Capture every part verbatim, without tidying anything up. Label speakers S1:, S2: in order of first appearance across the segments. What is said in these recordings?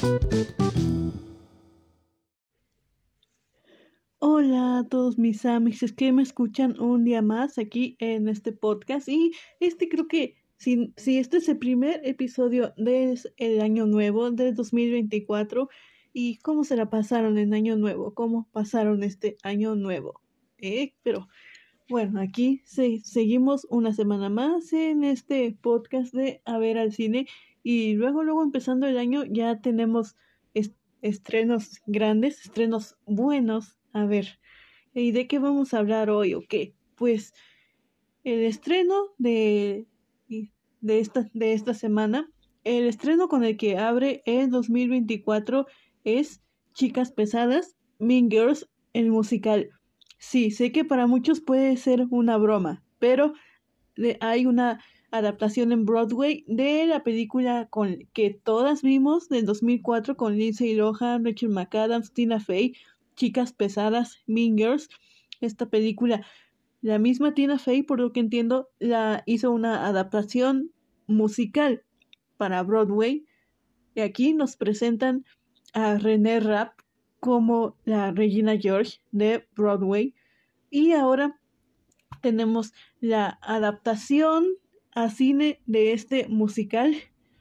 S1: Hola a todos mis amigos que me escuchan un día más aquí en este podcast y este creo que si, si este es el primer episodio del año nuevo del dos mil veinticuatro y cómo se la pasaron en año nuevo, cómo pasaron este año nuevo, ¿eh? Pero bueno, aquí se, seguimos una semana más en este podcast de A ver al cine y luego luego empezando el año ya tenemos est- estrenos grandes, estrenos buenos. A ver, ¿y de qué vamos a hablar hoy o qué? Pues el estreno de, de esta, de esta semana, el estreno con el que abre el dos mil veinticuatro es Chicas Pesadas, Mean Girls, el musical. Sí, sé que para muchos puede ser una broma, pero de- hay una adaptación en Broadway de la película con, que todas vimos del dos mil cuatro con Lindsay Lohan, Rachel McAdams, Tina Fey, Chicas Pesadas, Mean Girls. Esta película, la misma Tina Fey, por lo que entiendo, la hizo una adaptación musical para Broadway. Y aquí nos presentan a René Rapp como la Regina George de Broadway. Y ahora tenemos la adaptación a cine de este musical,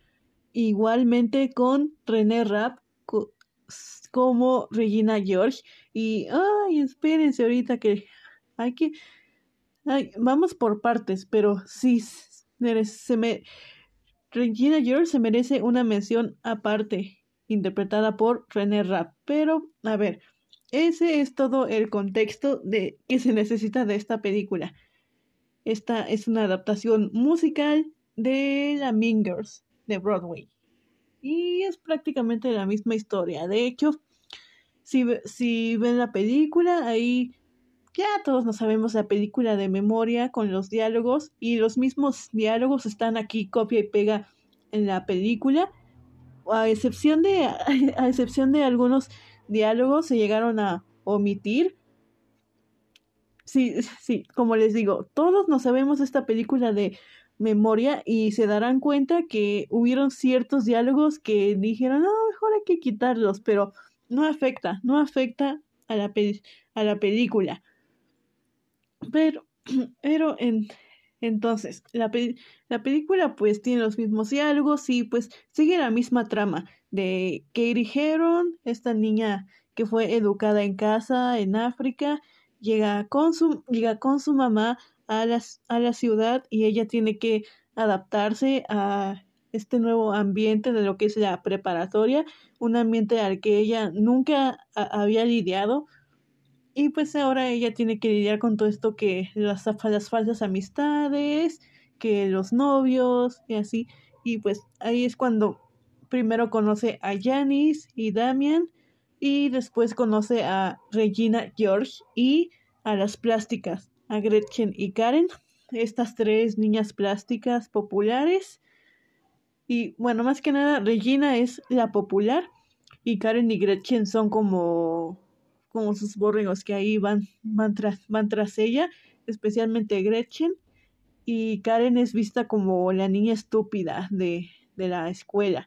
S1: igualmente con René Rapp co- como Regina George. Y, ay, espérense ahorita que hay que, ay, vamos por partes, pero sí, se se me, Regina George se merece una mención aparte, interpretada por René Rapp. Pero, a ver, ese es todo el contexto de que se necesita de esta película. Esta es una adaptación musical de la Mean Girls de Broadway. Y es prácticamente la misma historia. De hecho, si, si ven la película, ahí ya todos nos sabemos la película de memoria con los diálogos. Y los mismos diálogos están aquí, copia y pega en la película. A excepción de, a excepción de algunos diálogos se llegaron a omitir. Sí, sí, como les digo, todos nos sabemos esta película de memoria y se darán cuenta que hubieron ciertos diálogos que dijeron, no, mejor hay que quitarlos, pero no afecta, no afecta a la, pe- a la película. Pero, pero en, entonces, la, pe- la película pues tiene los mismos diálogos y pues sigue la misma trama de Katie Heron, esta niña que fue educada en casa en África, llega con su, llega con su mamá a la, a la ciudad y ella tiene que adaptarse a este nuevo ambiente de lo que es la preparatoria, un ambiente al que ella nunca a- había lidiado y pues ahora ella tiene que lidiar con todo esto que las, las falsas amistades, que los novios y así. Y pues ahí es cuando primero conoce a Janice y Damian y después conoce a Regina George y a las plásticas, a Gretchen y Karen, estas tres niñas plásticas populares. Y bueno, más que nada Regina es la popular y Karen y Gretchen son como, como sus borregos que ahí van, van tras, van tras ella, especialmente Gretchen. Y Karen es vista como la niña estúpida de, de la escuela.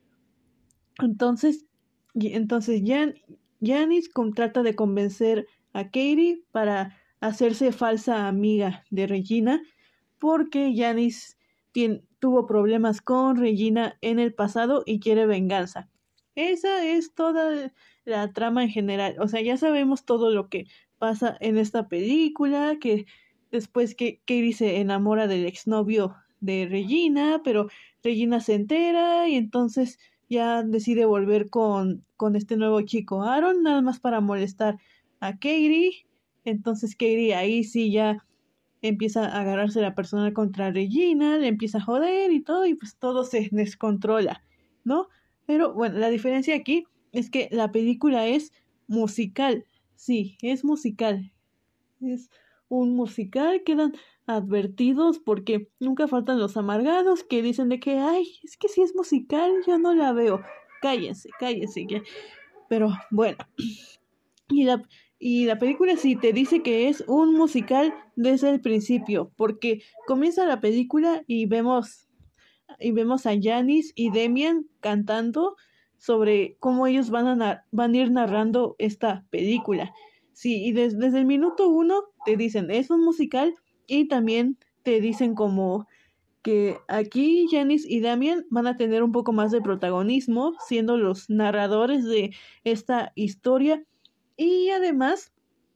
S1: Entonces, y- entonces Jan, Janice con- trata de convencer a Katie para hacerse falsa amiga de Regina, porque Janice tien- tuvo problemas con Regina en el pasado y quiere venganza. Esa es toda la trama en general. O sea, ya sabemos todo lo que pasa en esta película, que después que Katie se enamora del exnovio de Regina, pero Regina se entera y entonces ya decide volver con, con este nuevo chico Aaron, nada más para molestar a Katie. Entonces Katie ahí sí ya empieza a agarrarse la persona contra Regina, le empieza a joder y todo, y pues todo se descontrola, ¿no? Pero bueno, la diferencia aquí es que la película es musical, sí, es musical, es un musical, quedan advertidos porque nunca faltan los amargados que dicen de que, ay, es que si es musical, yo no la veo. Cállense, cállense, ya. Pero bueno, y la, y la película sí te dice que es un musical desde el principio, porque comienza la película y vemos y vemos a Janice y Demian cantando sobre cómo ellos van a, nar- van a ir narrando esta película. Sí, y des- desde el minuto uno te dicen, es un musical y también te dicen como que aquí Janice y Damien van a tener un poco más de protagonismo, siendo los narradores de esta historia. Y además,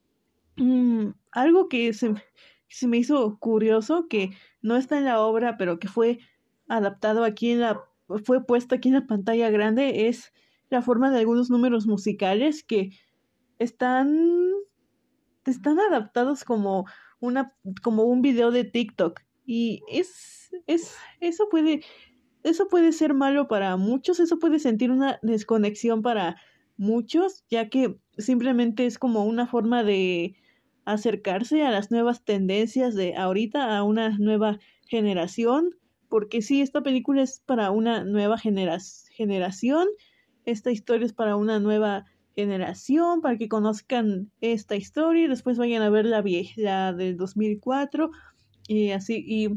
S1: mm, algo que se, se me hizo curioso, que no está en la obra, pero que fue adaptado aquí en la, fue puesto aquí en la pantalla grande, es la forma de algunos números musicales que están, están adaptados como una, como un video de TikTok. Y es, es, eso puede, eso puede ser malo para muchos, eso puede sentir una desconexión para muchos, ya que simplemente es como una forma de acercarse a las nuevas tendencias de ahorita, a una nueva generación, porque sí, esta película es para una nueva genera generación, esta historia es para una nueva generación, para que conozcan esta historia y después vayan a ver la vieja, la del dos mil cuatro y así, y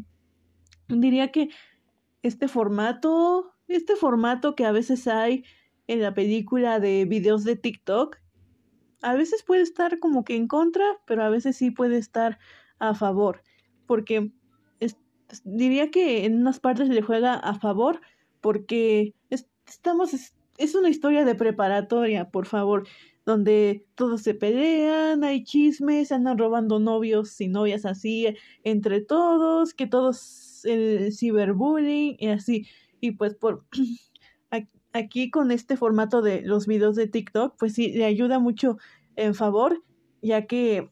S1: diría que este formato, este formato que a veces hay en la película de videos de TikTok, a veces puede estar como que en contra, pero a veces sí puede estar a favor, porque es- diría que en unas partes le juega a favor, porque es- estamos, es, es una historia de preparatoria, por favor, donde todos se pelean, hay chismes, se andan robando novios y novias así eh, entre todos, que todos el ciberbullying y así, y pues por ac- aquí con este formato de los videos de TikTok, pues sí, le ayuda mucho en favor, ya que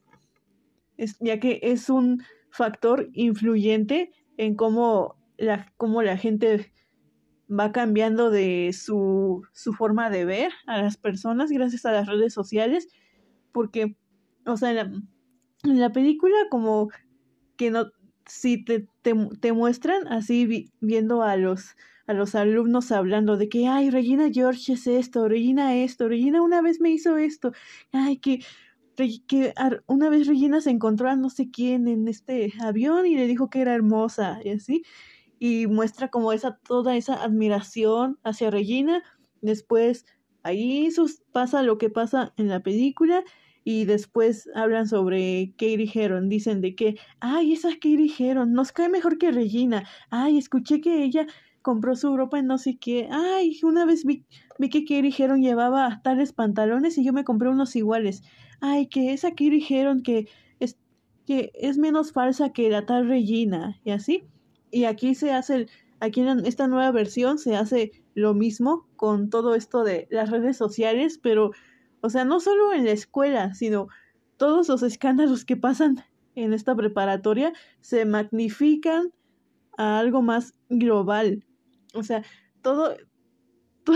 S1: es, ya que es un factor influyente en cómo la, cómo la gente va cambiando de su, su forma de ver a las personas gracias a las redes sociales, porque, o sea, en la, en la película como que no, si te, te, te muestran así vi- viendo a los, a los alumnos hablando de que, ay, Regina George es esto, Regina esto, Regina una vez me hizo esto, ay, que, Re- que ar- una vez Regina se encontró a no sé quién en este avión y le dijo que era hermosa y así, y muestra como esa, toda esa admiración hacia Regina. Después ahí sus, pasa lo que pasa en la película y después hablan sobre Katie Heron. Dicen de que, ay, esa Katie Heron nos cae mejor que Regina. Ay, escuché que ella compró su ropa en no sé qué. Ay, una vez vi, vi que Katie Heron llevaba tales pantalones y yo me compré unos iguales. Ay, que esa Katie Heron que es, que es menos falsa que la tal Regina y así. Y aquí se hace, el- aquí en esta nueva versión se hace lo mismo con todo esto de las redes sociales, pero, o sea, no solo en la escuela, sino todos los escándalos que pasan en esta preparatoria se magnifican a algo más global. O sea, todo, todo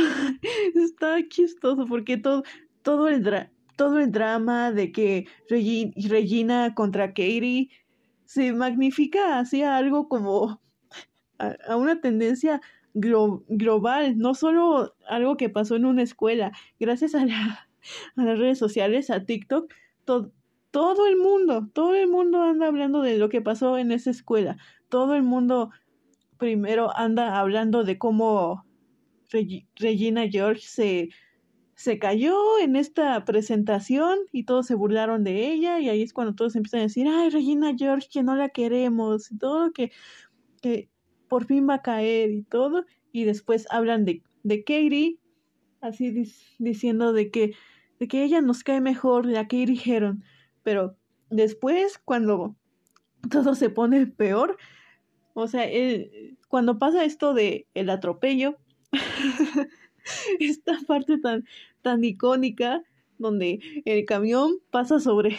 S1: está chistoso porque todo, todo el dra- todo el drama de que Regi- Regina contra Katie se magnifica hacia algo como a, a una tendencia glo- global, no solo algo que pasó en una escuela. Gracias a, la- a las redes sociales, a TikTok, to- todo el mundo, todo el mundo anda hablando de lo que pasó en esa escuela. Todo el mundo primero anda hablando de cómo Regi- Regina George se, se cayó en esta presentación y todos se burlaron de ella y ahí es cuando todos empiezan a decir, ay, Regina George, que no la queremos, y todo que que por fin va a caer y todo, y después hablan de, de Katie, así dis- diciendo de que, de que ella nos cae mejor, la Katie dijeron, pero después cuando todo se pone peor, o sea, el- cuando pasa esto de el atropello, esta parte tan, tan icónica, donde el camión pasa sobre...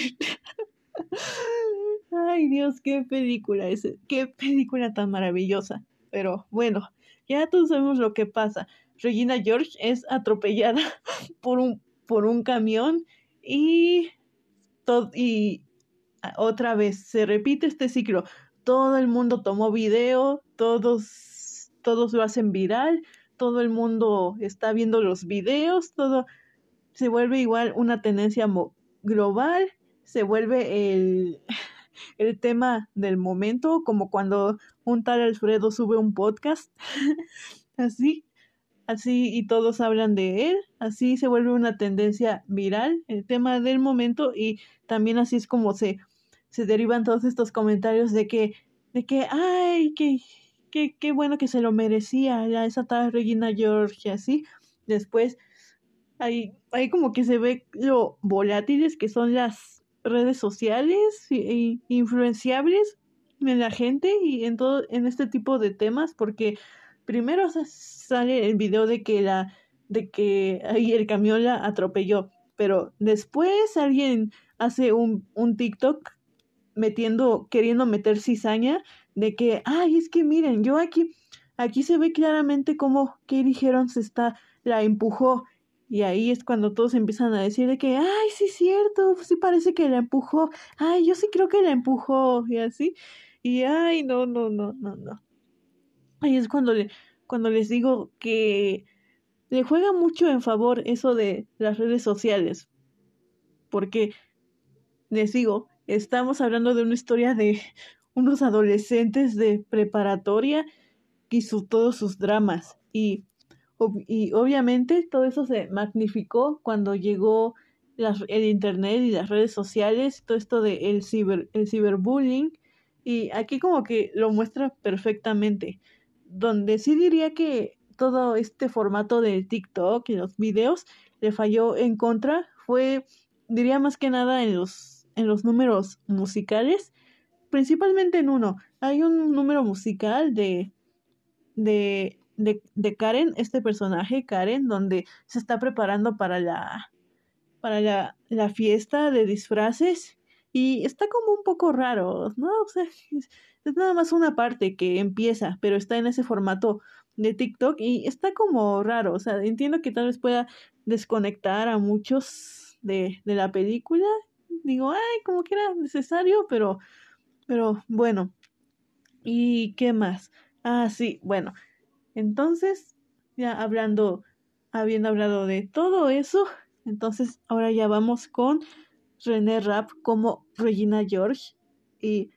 S1: Ay, Dios, qué película es, qué película tan maravillosa. Pero bueno, ya todos sabemos lo que pasa. Regina George es atropellada por un, por un camión y, todo, y ah, otra vez se repite este ciclo. Todo el mundo tomó video, todos, todos lo hacen viral, todo el mundo está viendo los videos, todo se vuelve igual una tendencia mo- global, se vuelve el, el tema del momento, como cuando un tal Alfredo sube un podcast, así, así y todos hablan de él, así se vuelve una tendencia viral, el tema del momento y también así es como se, se derivan todos estos comentarios de que, de que, ay, que, que, qué bueno que se lo merecía, ya esa tal Regina George y así. Después, ahí, ahí como que se ve lo volátiles que son las redes sociales y, y influenciables en la gente y en todo, en este tipo de temas, porque primero o sea, sale el video de que la, de que ahí el camión la atropelló, pero después alguien hace un, un TikTok metiendo, queriendo meter cizaña de que, ay, es que miren, yo aquí, aquí se ve claramente cómo Katie Heron se está, la empujó. Y ahí es cuando todos empiezan a decir de que, ay, sí es cierto, sí parece que la empujó, ay, yo sí creo que la empujó, y así. Y ay, no, no, no, no, no. Ahí es cuando le, cuando les digo que le juega mucho en favor eso de las redes sociales. Porque les digo, estamos hablando de una historia de unos adolescentes de preparatoria y su, todos sus dramas. Y, ob- y obviamente todo eso se magnificó cuando llegó las- el internet y las redes sociales, todo esto de el ciber, el ciberbullying. Y aquí como que lo muestra perfectamente. Donde sí diría que todo este formato de TikTok y los videos le falló en contra fue, diría más que nada en los, en los números musicales, principalmente en uno. Hay un número musical de de, de, de Karen, este personaje, Karen, donde se está preparando para la, para la, la fiesta de disfraces y está como un poco raro, ¿no? O sea, es, es nada más una parte que empieza, pero está en ese formato de TikTok y está como raro, o sea, entiendo que tal vez pueda desconectar a muchos de, de la película. Digo, ay, como que era necesario, pero, pero bueno. ¿Y qué más? Ah, sí, bueno. Entonces, ya hablando, habiendo hablado de todo eso, entonces ahora ya vamos con René Rapp como Regina George. Y,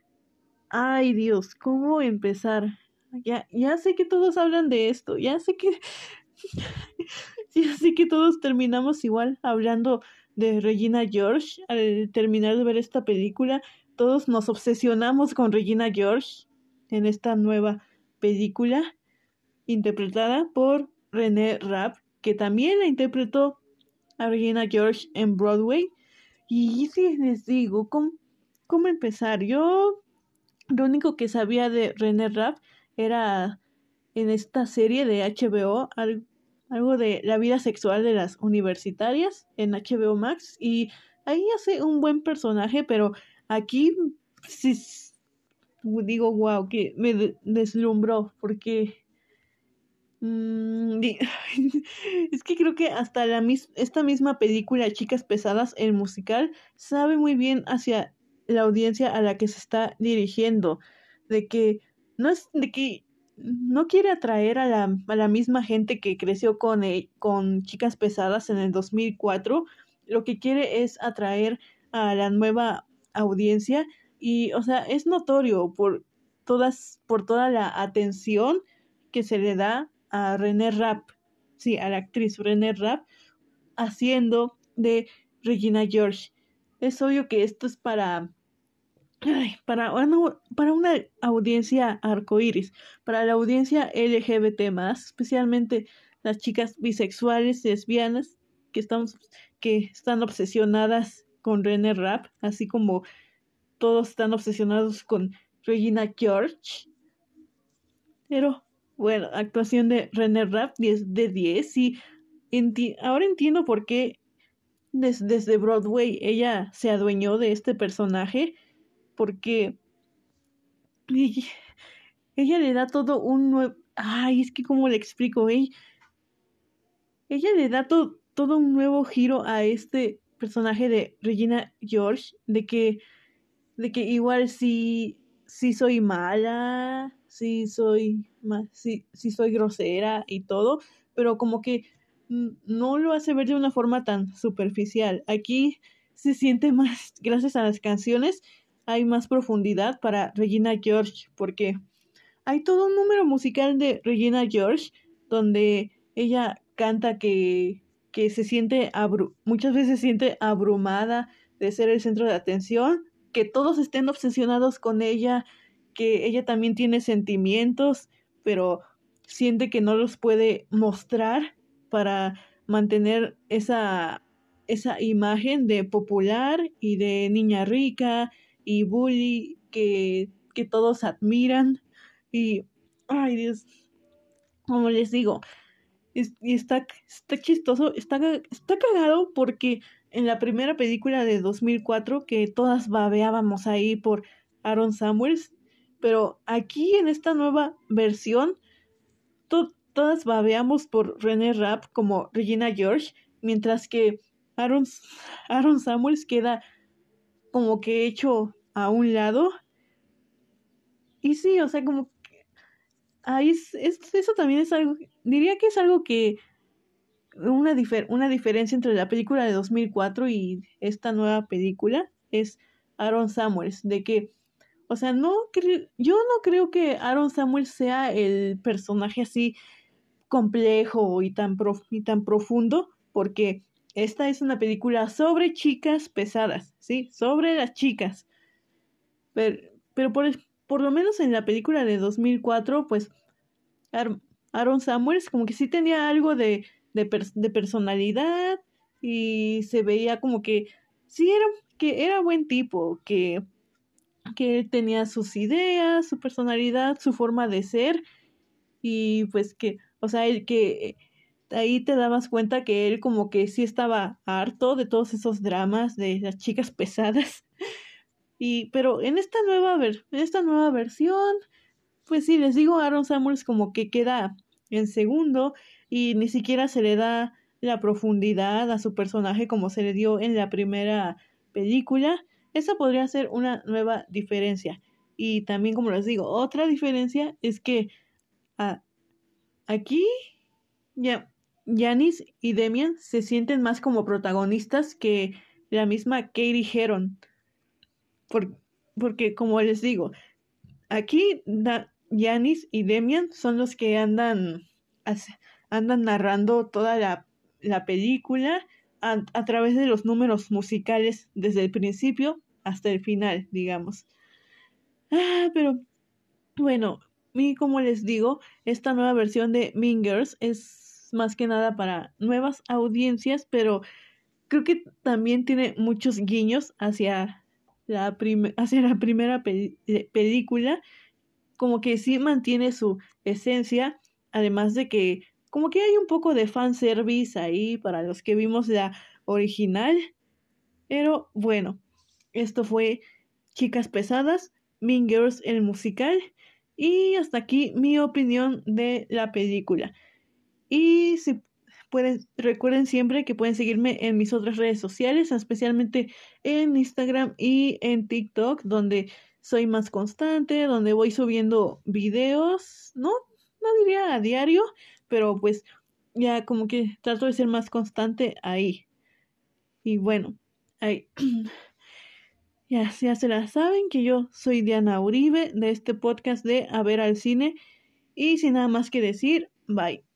S1: ay Dios, ¿cómo empezar? Ya, ya sé que todos hablan de esto, ya sé que, ya sé que todos terminamos igual hablando de Regina George al terminar de ver esta película. Todos nos obsesionamos con Regina George en esta nueva película interpretada por René Rapp, que también la interpretó a Regina George en Broadway. Y si les digo, ¿cómo, cómo empezar? Yo lo único que sabía de René Rapp era en esta serie de H B O, al- algo de la vida sexual de las universitarias en H B O Max, y ahí hace un buen personaje, pero aquí sí s- digo, wow, que me de- deslumbró, porque Mm, di- es que creo que hasta la mis esta misma película, Chicas Pesadas, el musical, sabe muy bien hacia la audiencia a la que se está dirigiendo, de que no es, de que no quiere atraer a la, a la misma gente que creció con, eh, con Chicas Pesadas en el dos mil cuatro, lo que quiere es atraer a la nueva audiencia y, o sea, es notorio por todas, por toda la atención que se le da a René Rapp, sí, a la actriz René Rapp, haciendo de Regina George. Es obvio que esto es para, ay, para, una, para una audiencia arcoíris, para la audiencia L G B T más, especialmente las chicas bisexuales, lesbianas, que están, que están obsesionadas con René Rapp, así como todos están obsesionados con Regina George. Pero bueno, actuación de René Rapp, diez de diez. Y enti- ahora entiendo por qué des- desde Broadway ella se adueñó de este personaje, porque ella, ella le da todo un nuevo... Ay, es que cómo le explico, ella, ella le da to- todo un nuevo giro a este personaje de Regina George, de que de que igual sí, sí soy mala, sí soy, ma- sí, sí soy grosera y todo, pero como que mm, no lo hace ver de una forma tan superficial. Aquí se siente más, gracias a las canciones, hay más profundidad para Regina George, porque hay todo un número musical de Regina George donde ella canta que, que se siente, abru muchas veces se siente abrumada de ser el centro de atención, que todos estén obsesionados con ella, que ella también tiene sentimientos, pero siente que no los puede mostrar para mantener esa, esa imagen de popular y de niña rica y bully que, que todos admiran. Y, ay Dios, como les digo, es- y está, está chistoso, está, ca- está cagado porque en la primera película de dos mil cuatro que todas babeábamos ahí por Aaron Samuels, pero aquí en esta nueva versión to- todas babeamos por René Rapp como Regina George, mientras que Aaron, Aaron Samuels queda como que hecho a un lado. Y sí, o sea, como ahí es, es- eso también es algo, diría que es algo que una, difer- una diferencia entre la película de dos mil cuatro y esta nueva película es Aaron Samuels, de que, o sea, no cre- yo no creo que Aaron Samuels sea el personaje así complejo y tan, prof- y tan profundo, porque esta es una película sobre chicas pesadas, ¿sí? Sobre las chicas. Pero, pero por, el- por lo menos en la película de dos mil cuatro pues Ar- Aaron Samuels como que sí tenía algo de, de, pers- de personalidad y se veía como que sí era, que era buen tipo, que, que él tenía sus ideas, su personalidad, su forma de ser y pues que, o sea, el que ahí te dabas cuenta que él como que sí estaba harto de todos esos dramas de las chicas pesadas. Y, pero en esta nueva ver, en esta nueva versión, pues sí, les digo, Aaron Samuels como que queda en segundo y ni siquiera se le da la profundidad a su personaje como se le dio en la primera película. Esa podría ser una nueva diferencia. Y también, como les digo, otra diferencia es que ah, aquí ya Janice y Demian se sienten más como protagonistas que la misma Katie Heron. Por- porque, como les digo, aquí da, Yanis y Demian son los que andan, hace- andan narrando toda la, la película a, a través de los números musicales desde el principio hasta el final, digamos. Ah, pero bueno, y como les digo, esta nueva versión de Mean Girls es más que nada para nuevas audiencias, pero creo que también tiene muchos guiños hacia la, prim- hacia la primera peli- eh, película como que sí mantiene su esencia, además de que como que hay un poco de fanservice ahí para los que vimos la original, pero bueno, esto fue Chicas Pesadas, Mean Girls el musical, y hasta aquí mi opinión de la película. Y si pueden, recuerden siempre que pueden seguirme en mis otras redes sociales, especialmente en Instagram y en TikTok, donde soy más constante, donde voy subiendo videos, no, no diría a diario, pero pues ya como que trato de ser más constante ahí. Y bueno, ahí, ya, ya se la saben que yo soy Diana Uribe de este podcast de A Ver al Cine. Y sin nada más que decir, bye.